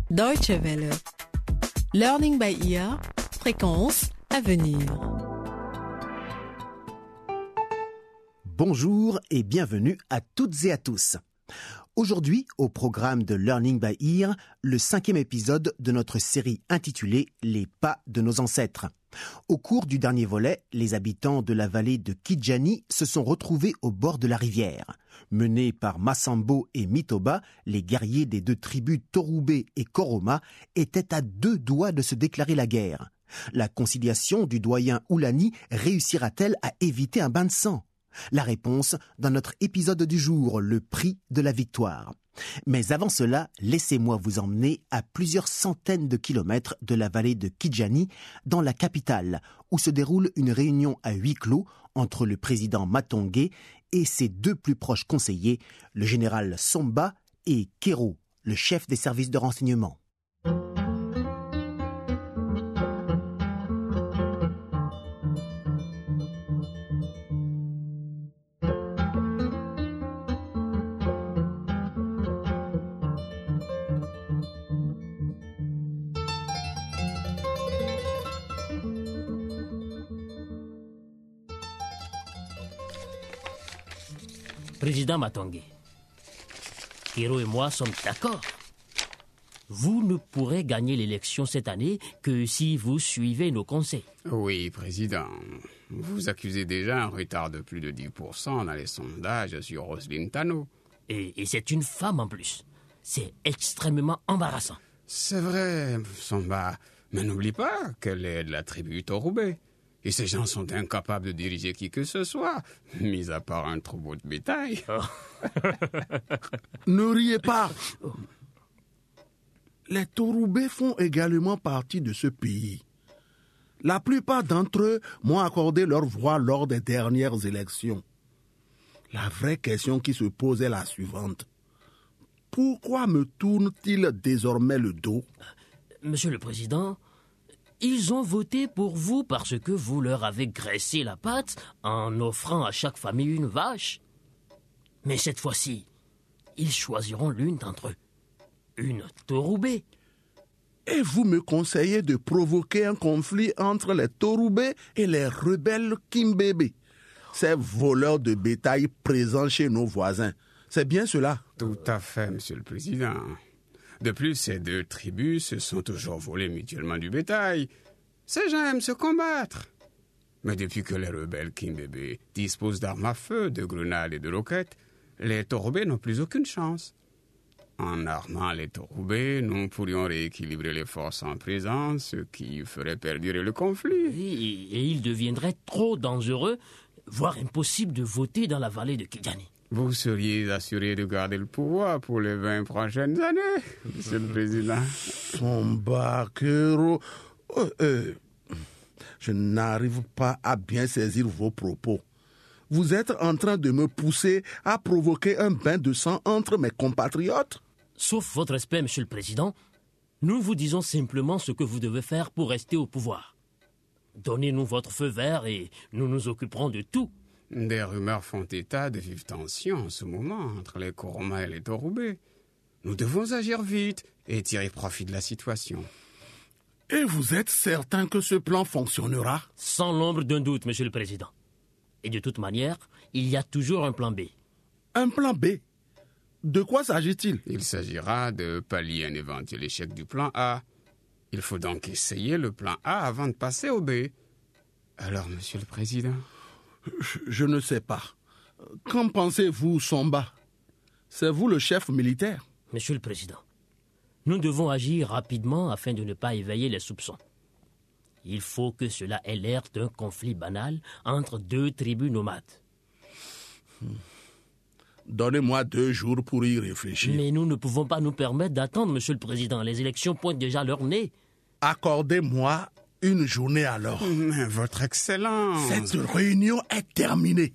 Deutsche Welle. Learning by ear. Fréquence à venir. Bonjour et bienvenue à toutes et à tous. Aujourd'hui, au programme de Learning by Ear, le 5e épisode de notre série intitulée « Les pas de nos ancêtres ». Au cours du dernier volet, les habitants de la vallée de Kijani se sont retrouvés au bord de la rivière. Menés par Massambo et Mitoba, les guerriers des deux tribus Torubé et Koroma étaient à 2 doigts de se déclarer la guerre. La conciliation du doyen Oulani réussira-t-elle à éviter un bain de sang ? La réponse dans notre épisode du jour, le prix de la victoire. Mais avant cela, laissez-moi vous emmener à plusieurs centaines de kilomètres de la vallée de Kijani, dans la capitale, où se déroule une réunion à huis clos entre le président Matongé et ses 2 plus proches conseillers, le général Somba et Kero, le chef des services de renseignement. Président Matongé, Kero et moi sommes d'accord. Vous ne pourrez gagner l'élection cette année que si vous suivez nos conseils. Oui, Président. Vous accusez déjà un retard de plus de 10% dans les sondages sur Roselyne Tano. Et c'est une femme en plus. C'est extrêmement embarrassant. C'est vrai, Somba. Mais n'oublie pas qu'elle est de la tribu Torubé. Et ces gens sont incapables de diriger qui que ce soit, mis à part un troupeau de bétail. Oh. Ne riez pas. Les Torubé font également partie de ce pays. La plupart d'entre eux m'ont accordé leur voix lors des dernières élections. La vraie question qui se pose est la suivante. Pourquoi me tournent-ils désormais le dos ? Monsieur le Président, ils ont voté pour vous parce que vous leur avez graissé la patte en offrant à chaque famille une vache. Mais cette fois-ci, ils choisiront l'une d'entre eux, une Torubé. Et vous me conseillez de provoquer un conflit entre les Torubé et les rebelles Kimbébé, ces voleurs de bétail présents chez nos voisins. C'est bien cela ? Tout à fait, Monsieur le Président. De plus, ces 2 tribus se sont toujours volées mutuellement du bétail. Ces gens aiment se combattre. Mais depuis que les rebelles Kimbébé disposent d'armes à feu, de grenades et de roquettes, les Torubé n'ont plus aucune chance. En armant les Torubé, nous pourrions rééquilibrer les forces en présence, ce qui ferait perdurer le conflit. Et il deviendrait trop dangereux, voire impossible de voter dans la vallée de Kijani. Vous seriez assuré de garder le pouvoir pour les 20 prochaines années, Monsieur le Président. Somba, Kero, je n'arrive pas à bien saisir vos propos. Vous êtes en train de me pousser à provoquer un bain de sang entre mes compatriotes ? Sauf votre respect, Monsieur le Président, nous vous disons simplement ce que vous devez faire pour rester au pouvoir. Donnez-nous votre feu vert et nous nous occuperons de tout. Des rumeurs font état de vives tensions en ce moment entre les Koroma et les Torubé. Nous devons agir vite et tirer profit de la situation. Et vous êtes certain que ce plan fonctionnera ? Sans l'ombre d'un doute, Monsieur le Président. Et de toute manière, il y a toujours un plan B. Un plan B ? De quoi s'agit-il ? Il s'agira de pallier un éventuel échec du plan A. Il faut donc essayer le plan A avant de passer au B. Alors, Monsieur le Président ? Je ne sais pas. Qu'en pensez-vous, Somba ? C'est vous le chef militaire ? Monsieur le Président, nous devons agir rapidement afin de ne pas éveiller les soupçons. Il faut que cela ait l'air d'un conflit banal entre 2 tribus nomades. Donnez-moi 2 jours pour y réfléchir. Mais nous ne pouvons pas nous permettre d'attendre, Monsieur le Président. Les élections pointent déjà leur nez. Accordez-moi une journée alors. Mais Votre Excellence... Cette réunion est terminée.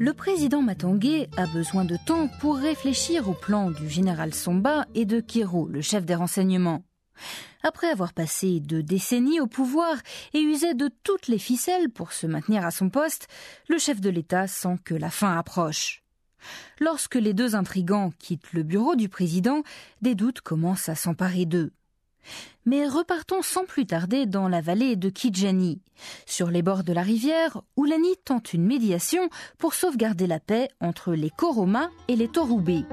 Le président Matangé a besoin de temps pour réfléchir au plan du général Somba et de Kero, le chef des renseignements. Après avoir passé 2 décennies au pouvoir et usé de toutes les ficelles pour se maintenir à son poste, le chef de l'État sent que la fin approche. Lorsque les 2 intrigants quittent le bureau du président, des doutes commencent à s'emparer d'eux. Mais repartons sans plus tarder dans la vallée de Kidjani. Sur les bords de la rivière, Oulani tente une médiation pour sauvegarder la paix entre les Koroma et les Torubé.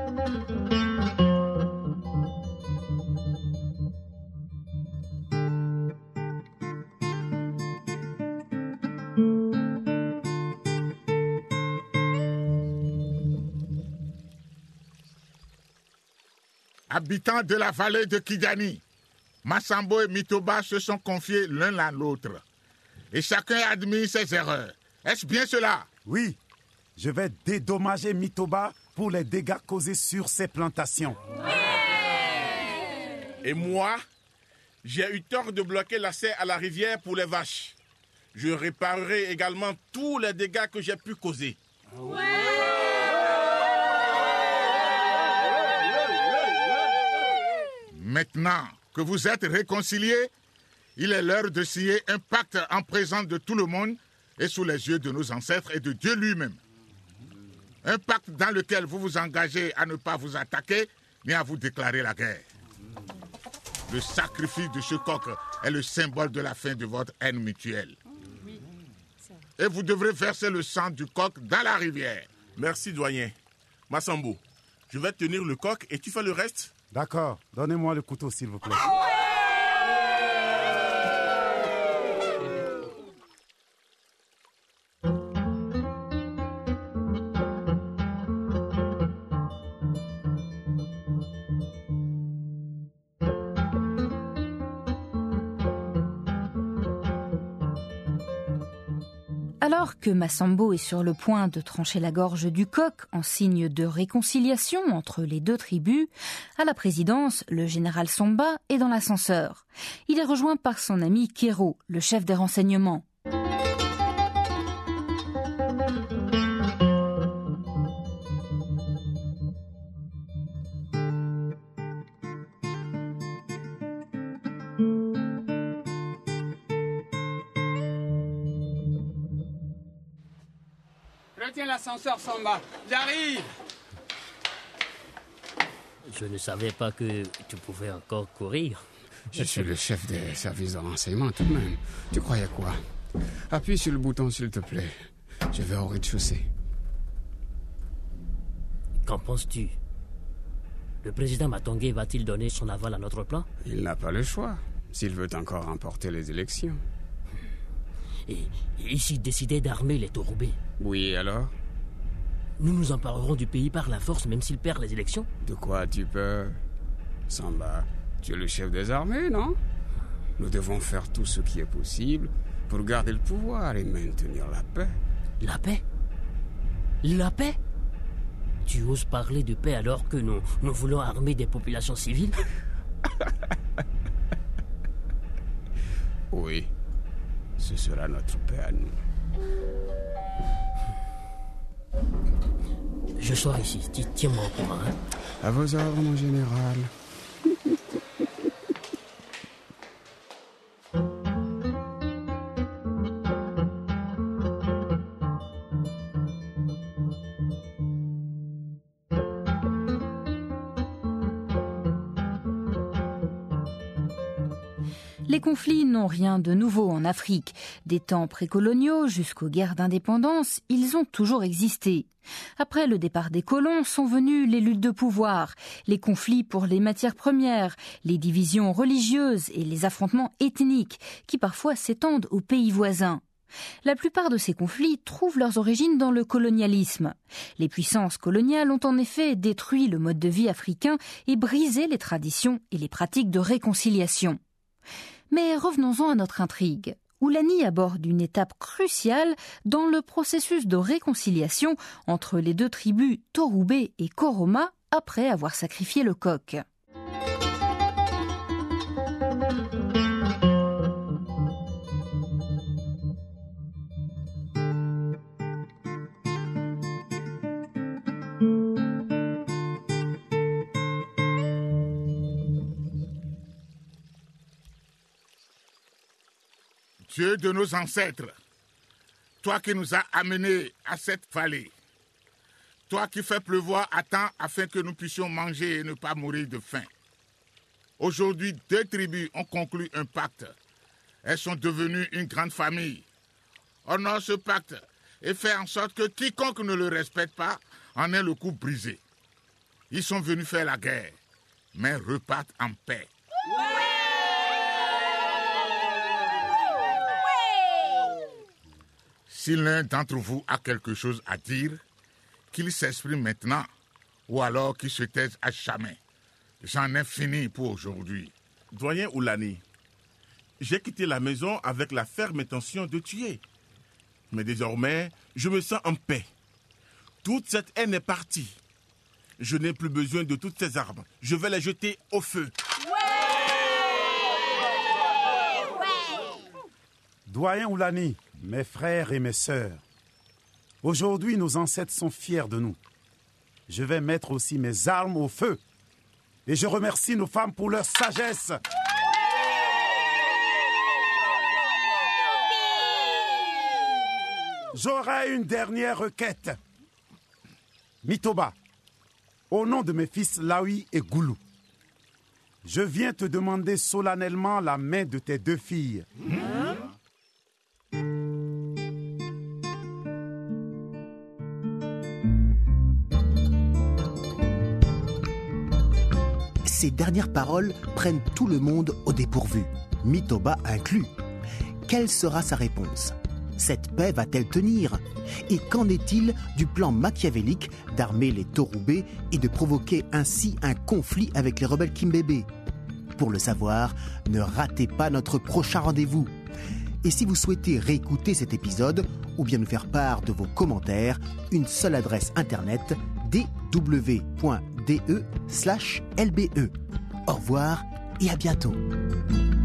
Habitants de la vallée de Kidjani, Massambo et Mitoba se sont confiés l'un à l'autre. Et chacun a admis ses erreurs. Est-ce bien cela? Oui, je vais dédommager Mitoba pour les dégâts causés sur ses plantations. Et moi, j'ai eu tort de bloquer l'accès à la rivière pour les vaches. Je réparerai également tous les dégâts que j'ai pu causer. Maintenant que vous êtes réconciliés, il est l'heure de signer un pacte en présence de tout le monde et sous les yeux de nos ancêtres et de Dieu lui-même. Un pacte dans lequel vous vous engagez à ne pas vous attaquer ni à vous déclarer la guerre. Le sacrifice de ce coq est le symbole de la fin de votre haine mutuelle. Et vous devrez verser le sang du coq dans la rivière. Merci, doyen. Massambo, je vais tenir le coq et tu fais le reste? D'accord, donnez-moi le couteau s'il vous plaît. Alors que Massambo est sur le point de trancher la gorge du coq en signe de réconciliation entre les 2 tribus, à la présidence, le général Somba est dans l'ascenseur. Il est rejoint par son ami Kero, le chef des renseignements. Retiens l'ascenseur, Samba. J'arrive. Je ne savais pas que tu pouvais encore courir. Je suis le chef des services de renseignement tout de même. Tu croyais quoi? Appuie sur le bouton, s'il te plaît. Je vais au rez-de-chaussée. Qu'en penses-tu? Le président Matangé va-t-il donner son aval à notre plan? Il n'a pas le choix, s'il veut encore remporter les élections. Et s'il décidait d'armer les Torubé? Oui, alors? Nous nous emparerons du pays par la force, même s'il perd les élections. De quoi as-tu peur? Samba, tu es le chef des armées, non? Nous devons faire tout ce qui est possible pour garder le pouvoir et maintenir la paix. La paix? La paix? Tu oses parler de paix alors que nous voulons armer des populations civiles? Oui, ce sera notre paix à nous. Je sors ici. Tiens-moi au courant. Hein? À vos ordres, mon général. Les conflits n'ont rien de nouveau en Afrique. Des temps précoloniaux jusqu'aux guerres d'indépendance, ils ont toujours existé. Après le départ des colons sont venues les luttes de pouvoir, les conflits pour les matières premières, les divisions religieuses et les affrontements ethniques qui parfois s'étendent aux pays voisins. La plupart de ces conflits trouvent leurs origines dans le colonialisme. Les puissances coloniales ont en effet détruit le mode de vie africain et brisé les traditions et les pratiques de réconciliation. Mais revenons-en à notre intrigue. Oulani aborde une étape cruciale dans le processus de réconciliation entre les 2 tribus Torubé et Koroma après avoir sacrifié le coq. Dieu de nos ancêtres, toi qui nous as amenés à cette vallée, toi qui fais pleuvoir à temps afin que nous puissions manger et ne pas mourir de faim. Aujourd'hui, 2 tribus ont conclu un pacte. Elles sont devenues une grande famille. Honore ce pacte et fais en sorte que quiconque ne le respecte pas en ait le cou brisé. Ils sont venus faire la guerre, mais repartent en paix. Si l'un d'entre vous a quelque chose à dire, qu'il s'exprime maintenant, ou alors qu'il se taise à jamais. J'en ai fini pour aujourd'hui. Doyen Oulani, j'ai quitté la maison avec la ferme intention de tuer. Mais désormais, je me sens en paix. Toute cette haine est partie. Je n'ai plus besoin de toutes ces armes. Je vais les jeter au feu. Doyen Oulani, mes frères et mes sœurs, aujourd'hui nos ancêtres sont fiers de nous. Je vais mettre aussi mes armes au feu. Et je remercie nos femmes pour leur sagesse. J'aurai une dernière requête. Mitoba, au nom de mes fils Lawi et Goulou, je viens te demander solennellement la main de tes 2 filles. Ces dernières paroles prennent tout le monde au dépourvu, Mitoba inclus. Quelle sera sa réponse ? Cette paix va-t-elle tenir ? Et qu'en est-il du plan machiavélique d'armer les Torubé et de provoquer ainsi un conflit avec les rebelles Kimbébé ? Pour le savoir, ne ratez pas notre prochain rendez-vous. Et si vous souhaitez réécouter cet épisode ou bien nous faire part de vos commentaires, une seule adresse internet dw.de/lbe. Au revoir et à bientôt.